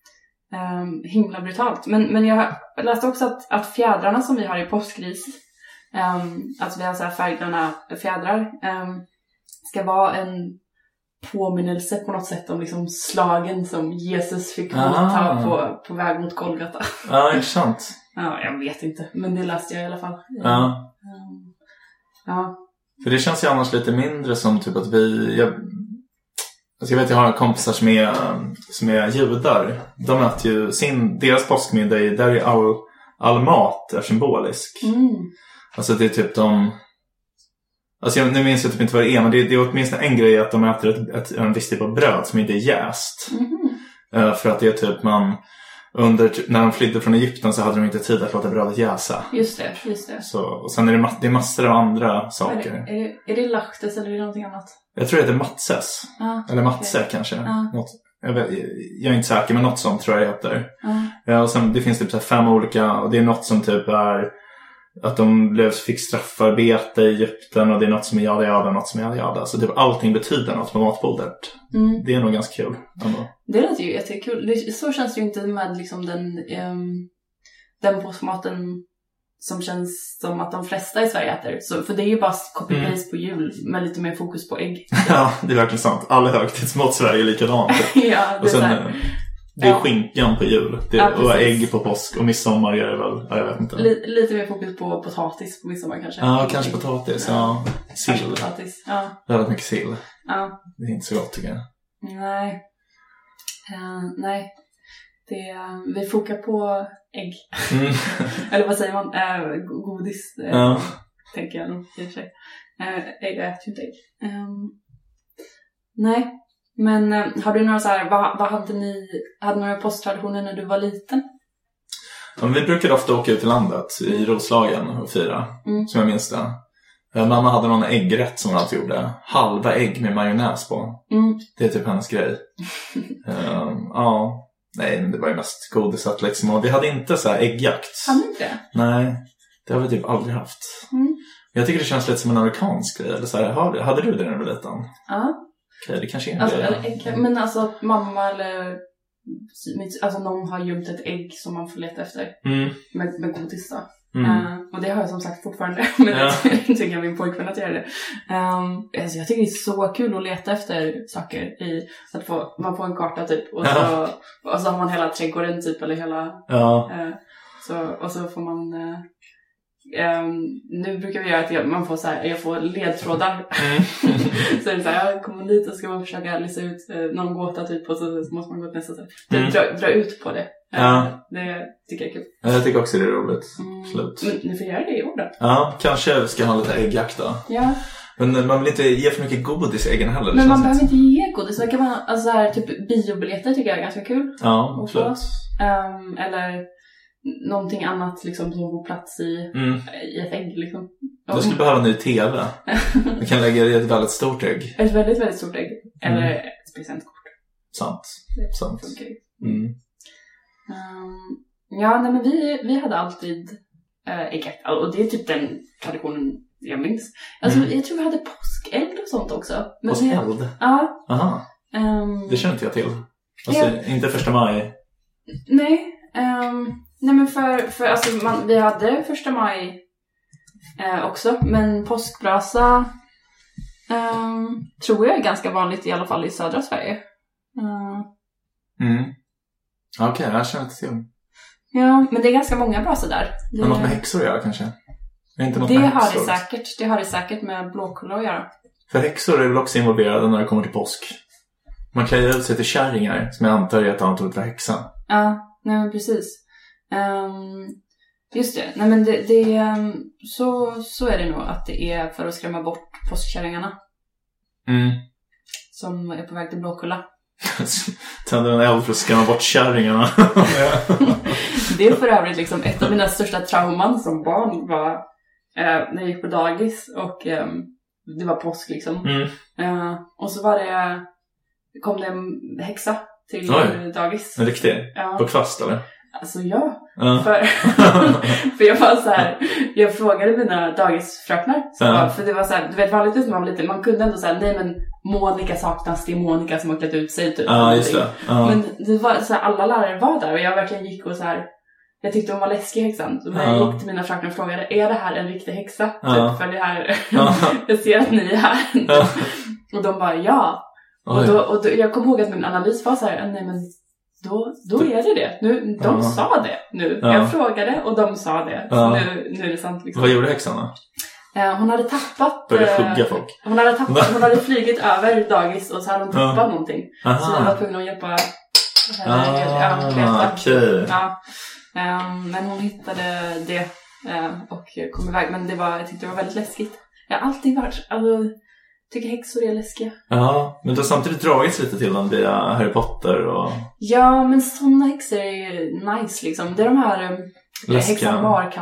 Um, himla brutalt. Men, men jag läste också att, att fjädrarna som vi har i påskris, um, alltså vi har så här färggröna fjädrar, um, ska vara en påminnelse på något sätt om liksom slagen som Jesus fick motta på, på väg mot Golgata. Ja, intressant. Ja, jag vet inte. Men det läste jag i alla fall. Ja. Um, ja. För det känns ju annars lite mindre som typ att vi... Jag, alltså jag vet jag har kompisar som är, som är judar. De äter ju sin... Deras påskmiddag är där är all, all mat är symbolisk. Mm. Alltså det är typ de... Alltså jag, nu minns jag typ inte vad det är, men det, det är åtminstone en grej att de äter ett, ett, en viss typ av bröd som inte är jäst. Mm. Uh, för att det är typ man, under, när de flydde från Egypten så hade de inte tid att låta brödet jäsa. Just det, just det. Så, och sen är det, det är massor av andra saker. Är det, är det, är det laktes eller är det någonting annat? Jag tror det heter matses. Ah, eller matse okay. kanske. Ah. Något, jag, vet, jag är inte säker, men något sånt tror jag det heter. Ah. Ja, och sen, det finns typ så här fem olika, och det är något som typ är... Att de blev, fick straffarbete i Egypten och det är något som är jada jada, något som är jada jada. Så typ allting betyder något på matbordet. Mm. Det är nog ganska kul ändå. Det låter ju jättekul. Det, så känns det ju inte med liksom den, um, den påskmaten som känns som att de flesta i Sverige äter. Så, för det är ju bara copy-paste mm. på jul med lite mer fokus på ägg. Ja, det är verkligen sant. Alla högtidsmat Sverige är likadant. Ja, det är och sen, så här. Det är ja. skinkan på jul. Det, ja, och ägg på påsk. Och midsommar gör det väl. Ja, jag vet inte. L- lite mer fokus på potatis på midsommar kanske. Ja, kanske potatis. Ja. Sill. Kanske potatis. Ja. Väldigt mycket sill. Ja. Det är inte så gott tycker jag. Nej. Uh, nej. Det, uh, vi fokar på ägg. Mm. Eller vad säger man? Uh, godis. Uh, ja. Tänker jag nog i och för sig. Uh, ägg, jag äter ju inte ägg. Um, nej. Men äh, har du några så här, vad, vad hade ni, hade några posttraditioner när du var liten? Ja, vi brukade ofta åka ut i landet i Roslagen och fira, mm. som jag minns det. Mamma hade någon äggrätt som hon alltid gjorde. Halva ägg med majonnäs på. Mm. Det är typ hennes grej. um, ja, nej men det var ju mest godisat liksom. Och vi hade inte så här äggjakt. Hade inte det? Nej, det har vi typ aldrig haft. Mm. Jag tycker det känns lite som en amerikansk grej. Eller så här, hade du det när du var liten? Ja. Okej, det kanske är alltså, eller, Men alltså att mamma eller alltså någon har gömt ett ägg som man får leta efter. Mm. Med, med godis då. Mm. Uh, och det har jag som sagt fortfarande. Men ja. jag tycker min pojkvän att göra det. Um, alltså jag tycker det är så kul att leta efter saker. I, att få, man får en karta typ. Och så, ja. och så har man hela trädgården typ. Eller hela... Ja. Uh, så, och så får man... Uh, um, nu brukar vi göra att jag, man får så här, jag får ledtrådar. Mm. Så är det så här, jag kommer dit och ska man försöka lista ut uh, någon gåta typ. Och så, så måste man gå till nästa sätt. Mm. Dra, dra ut på det. Ja. Det tycker jag är kul. Jag tycker också det är roligt. Mm. Slut. Men ni får göra det i år då. Ja, kanske ska ha lite äggjakt då. Ja. Men man vill inte ge för mycket godis i äggen heller. Men man behöver inte ge godis. Så kan man, alltså här, typ biobiljetter tycker jag är ganska kul. Ja, absolut. Um, eller någonting annat liksom som får plats i, mm. i ett ägg liksom. Du skulle behöva en ny tv. Du kan lägga i ett väldigt stort ägg. Ett väldigt, väldigt stort ägg. Eller mm. ett presentkort. Sant. Sant. Okay. Mm. Um, ja, nej men vi, vi hade alltid äh, äggjakt. Och det är typ den traditionen jag minns. Alltså mm. jag tror vi hade påskeld och sånt också. Men påskeld? Vi, ja. Aha. Um, det känner inte jag till. Alltså ja. Inte första maj. Nej. Um, nej men för, för alltså man, vi hade första maj eh, också. Men påskbrasa um, tror jag är ganska vanligt i alla fall i södra Sverige. Uh, mm. Okej, okay, jag känner inte till. Ja, men det är ganska många brasor där. Det har något med häxor att göra kanske? Är inte något det med har häxor? det säkert. Det har det säkert med blåkulla att göra. För häxor är väl också involverade när det kommer till påsk. Man kan ju ut sig till kärringar som jag antar är ett annat ord för häxa. Ja, nej men precis. Um, just det. Nej men det, det um, så, så är det nog att det är för att skrämma bort påskkärringarna. Mm. Som är på väg till blåkulla. Tänder en eld för att skrämma bort kärringarna. Det är för övrigt liksom ett av mina största trauman som barn var eh, när jag gick på dagis och eh, det var påsk liksom. Mm. Eh, och så var det kom det en häxa till Oj. Dagis. En riktig? Ja. På kvast eller? Alltså ja. Uh. För, för jag var så här, jag frågade mina dagisfröknar så uh. bara, för det var så här, du vet vanligtvis man var lite, man kunde ändå säga nej men Monica saknas, det är Monica som har klätt ut sig typ. Ja, uh, just det. Uh. Men det var så här, alla lärare var där och jag verkligen gick och så här, jag tyckte hon var läskig häxan. Så när jag uh. gick till mina fröknar och frågade, är det här en riktig häxa? Typ, uh. för det här, uh. jag ser att ni är här. Uh. Och de bara, ja. Och, då, och då, jag kom ihåg att min analys var så här, nej men Då, då är det det. Nu, de uh. sa det nu. Uh. Jag frågade och de sa det. Uh. Nu, nu är det sant. Liksom. Vad gjorde häxan då? Uh, hon hade tappat... Började skugga folk. Hon hade, tappat, hon hade flygit över dagis och så hade hon tappat uh. någonting. Aha. Så jag var tvungen att hjälpa henne. Ah, ja, okay. Ja. Um, men hon hittade det uh, och kom iväg. Men det var, jag tyckte det var väldigt läskigt. Jag har alltid varit... Alltså, tycker häxor är läskiga. Ja, men du har samtidigt dragits lite till dem via Harry Potter och... Ja, men sådana häxor är ju nice liksom. Det är de här häxan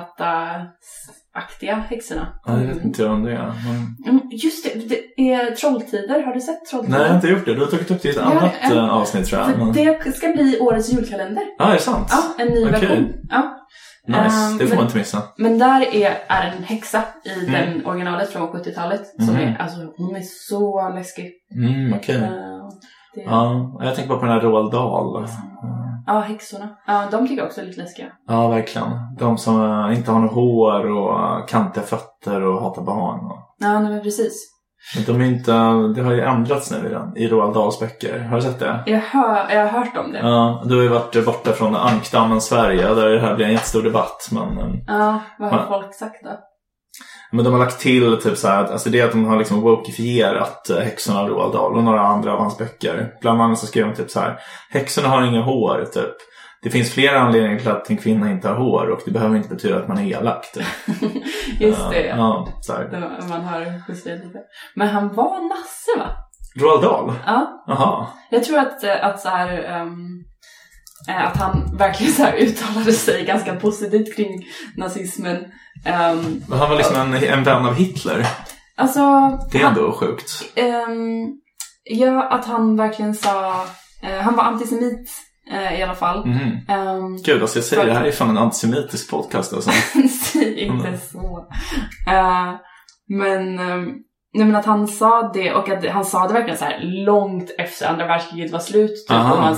barkatta-aktiga häxorna. Ja, jag vet inte om det är. Men... Just det, det är Trolltider. Har du sett Trolltider? Nej, jag har inte gjort det. Du har tagit upp det i ett ja, annat en... avsnitt tror jag. Men... Det ska bli årets julkalender. Ja, är det sant? Ja, en ny okay. version. Ja. Nice, um, det får men, man inte missa. Men där är, är en häxa i mm. den originalet från sjuttiotalet som mm. är, alltså hon är så läskig. Mm, okej. Okay. Uh, det... Ja, jag tänker bara på den här Roald Dahl. Mm. Ja, häxorna. Ja, de tycker jag också är lite läskiga. Ja, verkligen. De som uh, inte har något hår och kantiga fötter och hatar barn. Och... Ja, nej, men precis. Men de är inte, det har ju ändrats nu i, den, i Roald Dahls böcker. Har du sett det? Jag, hör, jag har hört om det. Ja, du har ju varit borta från Ankdammen, Sverige. Där det här blir en jättestor debatt. Men, ja, vad har man, folk sagt då? Men de har lagt till typ så här, alltså det är att de har liksom wokifierat häxorna av Roald Dahl och några andra av hans böcker. Bland annat så skrev de typ så här, häxorna har inga hår typ. Det finns flera anledningar till att en kvinna inte har hår och det behöver inte betyda att man är elak. Typ. Just det, ja. ja så här. Det, man har justerat lite. Men han var nasse va? Roald Dahl? Ja. Aha. Jag tror att, att så här... Um... att han verkligen så här uttalade sig ganska positivt kring nazismen. Um, han var liksom en, en vän av Hitler. Alltså, det är ändå sjukt. Um, ja, att han verkligen sa... Uh, han var antisemit uh, i alla fall. Mm. Um, Gud, alltså jag säger för... det här är fan en antisemitisk podcast. Alltså. Säg inte mm. så. Uh, men... Um, Nej, men att han sa det och att han sa det verkligen så här långt efter andra världskriget var slut typ, och man så här,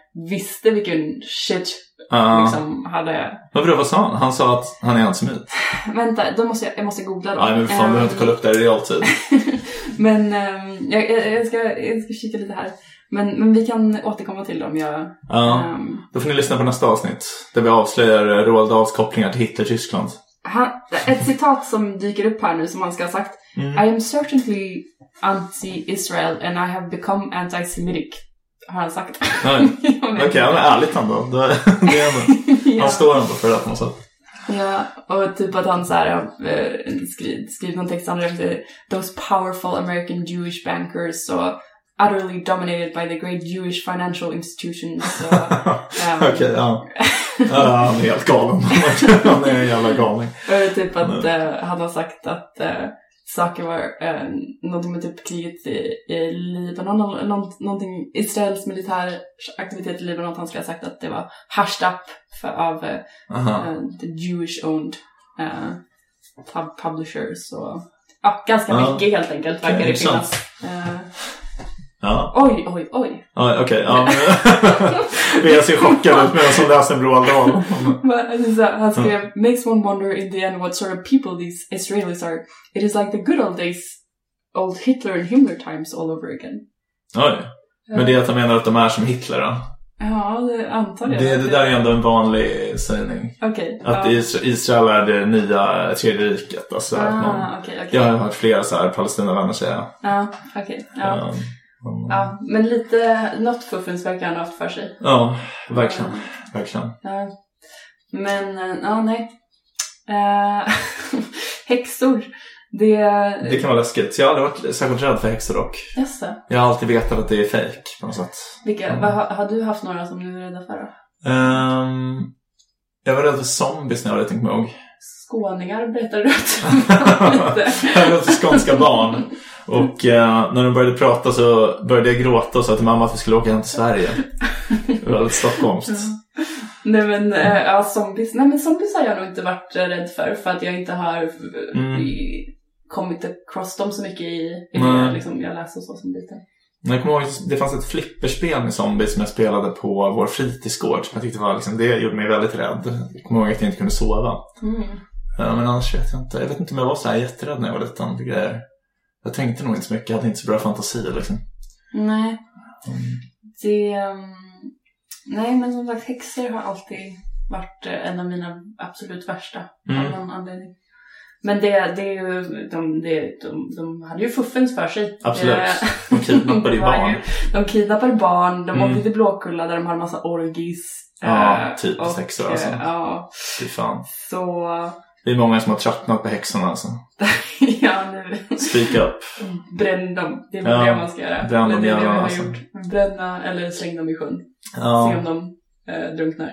visste vilken shit uh. liksom hade... Men vad sa han? Han sa att han är antisemit. Vänta, då måste jag, jag måste googla då. Nej, men fan, um... du behöver inte kolla upp det här i realtid. Men um, jag, jag, ska, jag ska kika lite här. Men, men vi kan återkomma till dem. Jag, ja, um... då får ni lyssna på nästa avsnitt. Där vi avslöjar Roald Dahls kopplingar till Hitler-Tyskland. Han, ett citat som dyker upp här nu som han ska ha sagt. Mm. I am certainly anti-Israel and I have become anti-Semitic. Har han sagt. Okej, okay, han är ärligt han då. Det är ja. Han står ändå för det på något sätt. Ja, och typ att han så här äh, skrivit skriv någon text han efter those powerful American Jewish bankers so utterly dominated by the great Jewish financial institutions. So, um, Okej, okay, ja. Ja, han är helt galen. Han är en jävla galning. Och typ att uh, han har sagt att uh, saker var uh, någonting med typ kriget i, i Libanon eller något, någonting, Israels militär aktivitet i Libanon, att han ska ha sagt att det var hashed up för, av uh, uh, the Jewish owned uh, pub- publishers och ja, ganska uh, mycket helt enkelt verkar det finnas. Uh, Ja. Oj, oj, oj. Ja, okej. Okay, ja, vi är så chockade ut med oss som läser en Roald Dahl. Han skrev, makes one wonder in the end what sort of people these Israelis are. It is like the good old days, old Hitler and Himmler times all over again. Oj, men det är att han menar att de är som Hitler då? Ja, det antar jag. Det, det där är ändå en vanlig sägning. Okay, att ja. Israel, Israel är det nya tredje riket. Alltså, ah, man, okay, okay. Jag har hört flera så här Palestina-vänner säga. Ja, okej. Okay, ja. Um, Mm. Ja, men lite något fuffens verkar han ha haft för sig. Ja, verkligen. Mm. Verkligen. Ja. Men, ja, nej. Uh, häxor. Det... det kan vara läskigt. Jag har aldrig varit särskilt rädd för häxor dock. Jaså? Jag har alltid vetat att det är fake på något sätt. Vilka, mm. vad, har du haft några som du är rädda för då? Um, jag var rädd för zombies när jag var liten, kommer jag ihåg. Skåningar berättade du att jag var rädd för skånska barn. Och eh, när de började prata så började jag gråta och sa till mamma att vi skulle åka hem till Sverige. Det var väldigt stockholmskt. Ja. Nej men, äh, ja, zombies. Nej men zombies har jag nog inte varit rädd för. För att jag inte har mm. i, kommit across dem så mycket i, i det liksom, jag läste och så som liten. Jag kommer ihåg att det fanns ett flipperspel med zombies som jag spelade på vår fritidsgård. Jag tyckte var, liksom, det gjorde mig väldigt rädd. Jag kommer ihåg att jag inte kunde sova. Mm. Ja, men annars vet jag inte. Jag vet inte om jag var så här jätterädd när jag var liten. Det grejer. Jag tänkte nog inte så mycket. Jag hade inte så bra fantasi liksom. Nej. Mm. Det, um, nej, men som sagt, häxor har alltid varit en av mina absolut värsta. Mm. Av någon anledning. Men det, det är ju, de, det, de, de hade ju fuffens för sig. Absolut. De kidnappade ju barn. Ju, de kidnappade barn. De mm. åkte till Blåkulla där de har en massa orgis. Ja, typiskt häxor alltså. Ja. Fy fan. Så... Det är många som har tröttnat på häxorna alltså. Ja, nu. Speak up. Bränn dem. Det är ja, det man ska göra. Bränn dem, det är det ja, vi har alltså. gjort. Bränna eller släng dem i sjön. Ja. Se om de eh, drunknar.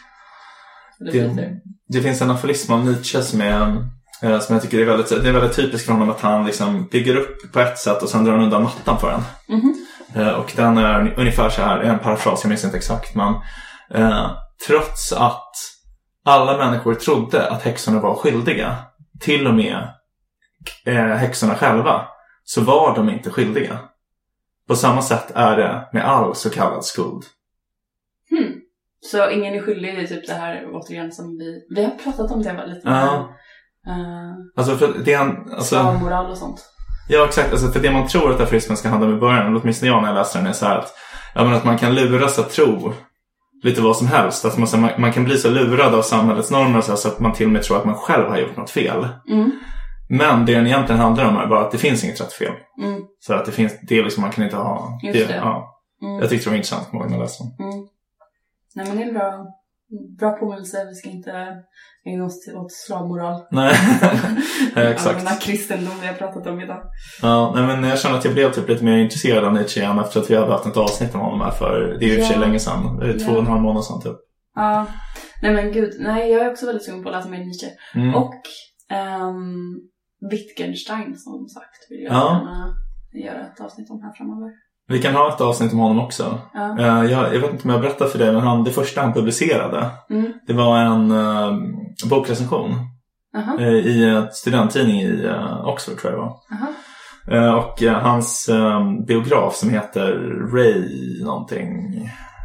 Det, det finns en aforism av Nietzsche som är... som jag tycker är väldigt, det är väldigt typiskt för honom att han liksom bygger upp på ett sätt och sen drar han undan mattan för den. Mm-hmm. Och den är ungefär så här, en parafras, jag minns inte exakt, men eh, trots att alla människor trodde att häxorna var skyldiga, till och med eh, häxorna själva, så var de inte skyldiga. På samma sätt är det med all så kallad skuld. Hmm. Så ingen är skyldig i typ det här återigen som vi, vi har pratat om det lite. Ja. Uh, alltså för det han, alltså, moral och sånt. Ja, exakt. Alltså för det man tror att aforismen ska handla om i början, åtminstone jag när jag läser den, är så här att, ja, men att man kan luras att tro lite vad som helst. Att man, man kan bli så lurad av samhällets normer så, här, så att man till och med tror att man själv har gjort något fel. Mm. Men det den egentligen handlar om är bara att det finns inget rätt fel. Mm. Så att det finns, det är liksom, man kan inte ha just det. det ja. Mm. Jag tyckte det var intressant när jag läste den. Mm. Nej, men det är en bra, bra påminnelse. Vi ska inte ägna oss åt slavmoral. Nej, exakt. Den här kristendom vi har pratat om idag. Ja, nej, men jag känner att jag blev typ lite mer intresserad av Nietzsche igen efter att vi hade haft ett avsnitt om honom här för, det är ju ja. för sig länge sedan. Det är två och en halv månad sedan typ. Ja, nej men gud. Nej, jag är också väldigt sugen på att läsa mer Nietzsche. Mm. Och um, Wittgenstein som sagt vill jag ja. gärna göra ett avsnitt om här framöver. Vi kan ha ett avsnitt om honom också. Ja. Uh, jag, jag vet inte om jag berättar för dig, men han, det första han publicerade, mm. det var en uh, bokrecension uh-huh. uh, i en studenttidning i uh, Oxford, tror jag det var. Uh-huh. Uh, och uh, hans um, biograf som heter Ray någonting,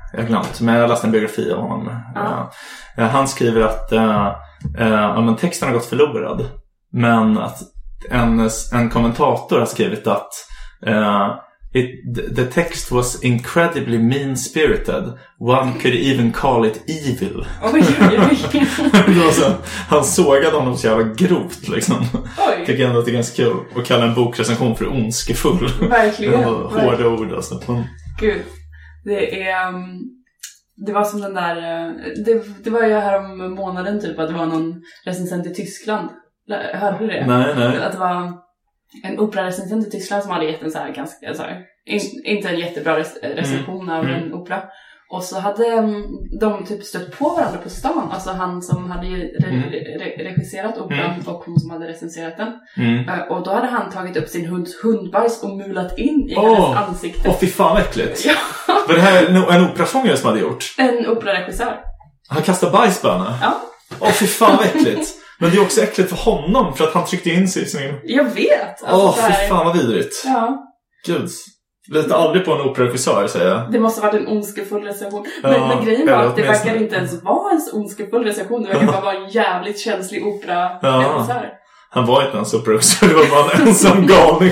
jag har glömt. Men jag läste en biografi av honom. Ja. Uh, han skriver att uh, uh, men texten har gått förlorad. Men att en, en kommentator har skrivit att uh, it, the text was incredibly mean-spirited. One could even call it evil. Oj, oj, oj. så, han sågade honom så jävla grovt liksom. Oj. Tycker ändå att det är ganska kul att kalla en bokrecension för ondskefull. Verkligen. Hårda ord alltså. Men... Gud, det är... Um... Det var som den där... Det, det var ju här om månaden typ att det var någon recensent i Tyskland. Hörde du det? Nej, nej. Att det var en operarecensent i Tyskland som hade gett en så här ganska... Så här, in, inte en jättebra recension mm. av mm. en opera. Och så hade de typ stött på varandra på stan. Alltså han som hade ju re- mm. re- regisserat operan mm. och hon som hade recenserat den. Mm. Uh, och då hade han tagit upp sin hunds hundbajs och mulat in i oh. hennes ansikte. Åh, oh, fy fan äckligt. Ja. Var det här en operasångare som hade gjort? En operaregissör. Han kastade bajs på henne? Ja. Åh, oh, fy fan äckligt. Men det är också äckligt för honom för att han tryckte in sig i sin... Jag vet. Åh, alltså, oh, fy fan vad vidrigt. Ja. Gud. Lite aldrig på en operaregissör, säger jag. Det måste ha varit en ondskefull recension. Men, ja, men grejen var att det verkar inte ens vara en ondskefull recension. Det verkar bara vara en jävligt känslig operaregissör. Ja. Han var inte ens operaregissör, det var bara en ensam galning.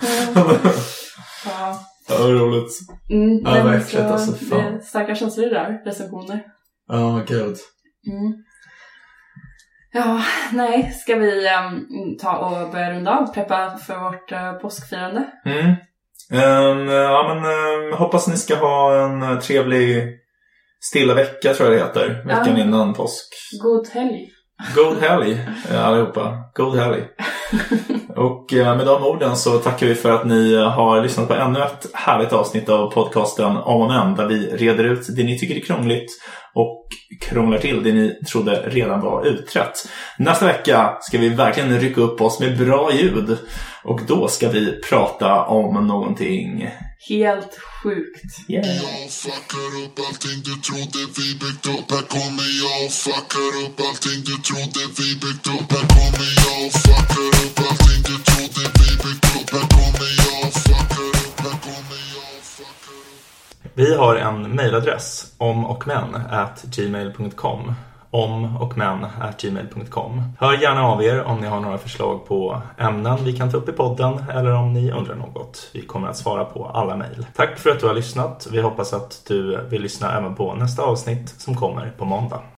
Ja. Ja, vad roligt. Mm, ja, verkligen. Alltså, fan. Det är starka känslor där, recensioner. Ja, oh, gud. Mm. Ja, nej. Ska vi um, ta och börja runda av? Preppa för vårt uh, påskfirande? Mm. Um, ja men um, hoppas ni ska ha en uh, trevlig stilla vecka, tror jag det heter. Veckan ja. Innan påsk. God helg. God helg allihopa. God helg. Och uh, med de orden så tackar vi för att ni har lyssnat på ännu ett härligt avsnitt av podcasten Om och Men, där vi reder ut det ni tycker är krångligt och krånglar till det ni trodde redan var utrett. Nästa vecka ska vi verkligen rycka upp oss med bra ljud. Och då ska vi prata om någonting helt sjukt. Yeah. Jag fuckar upp allting du trodde vi byggt upp. Här kommer jag och fuckar upp allting du trodde vi byggt upp. Här kommer jag och fuckar upp allting du trodde vi byggt upp. Här kommer jag och fuckar upp. Här kommer jag och fuckar upp. Vi har en mejladress om och men at gmail punkt com. om och men at gmail punkt com. Hör gärna av er om ni har några förslag på ämnen vi kan ta upp i podden eller om ni undrar något. Vi kommer att svara på alla mejl. Tack för att du har lyssnat. Vi hoppas att du vill lyssna även på nästa avsnitt som kommer på måndag.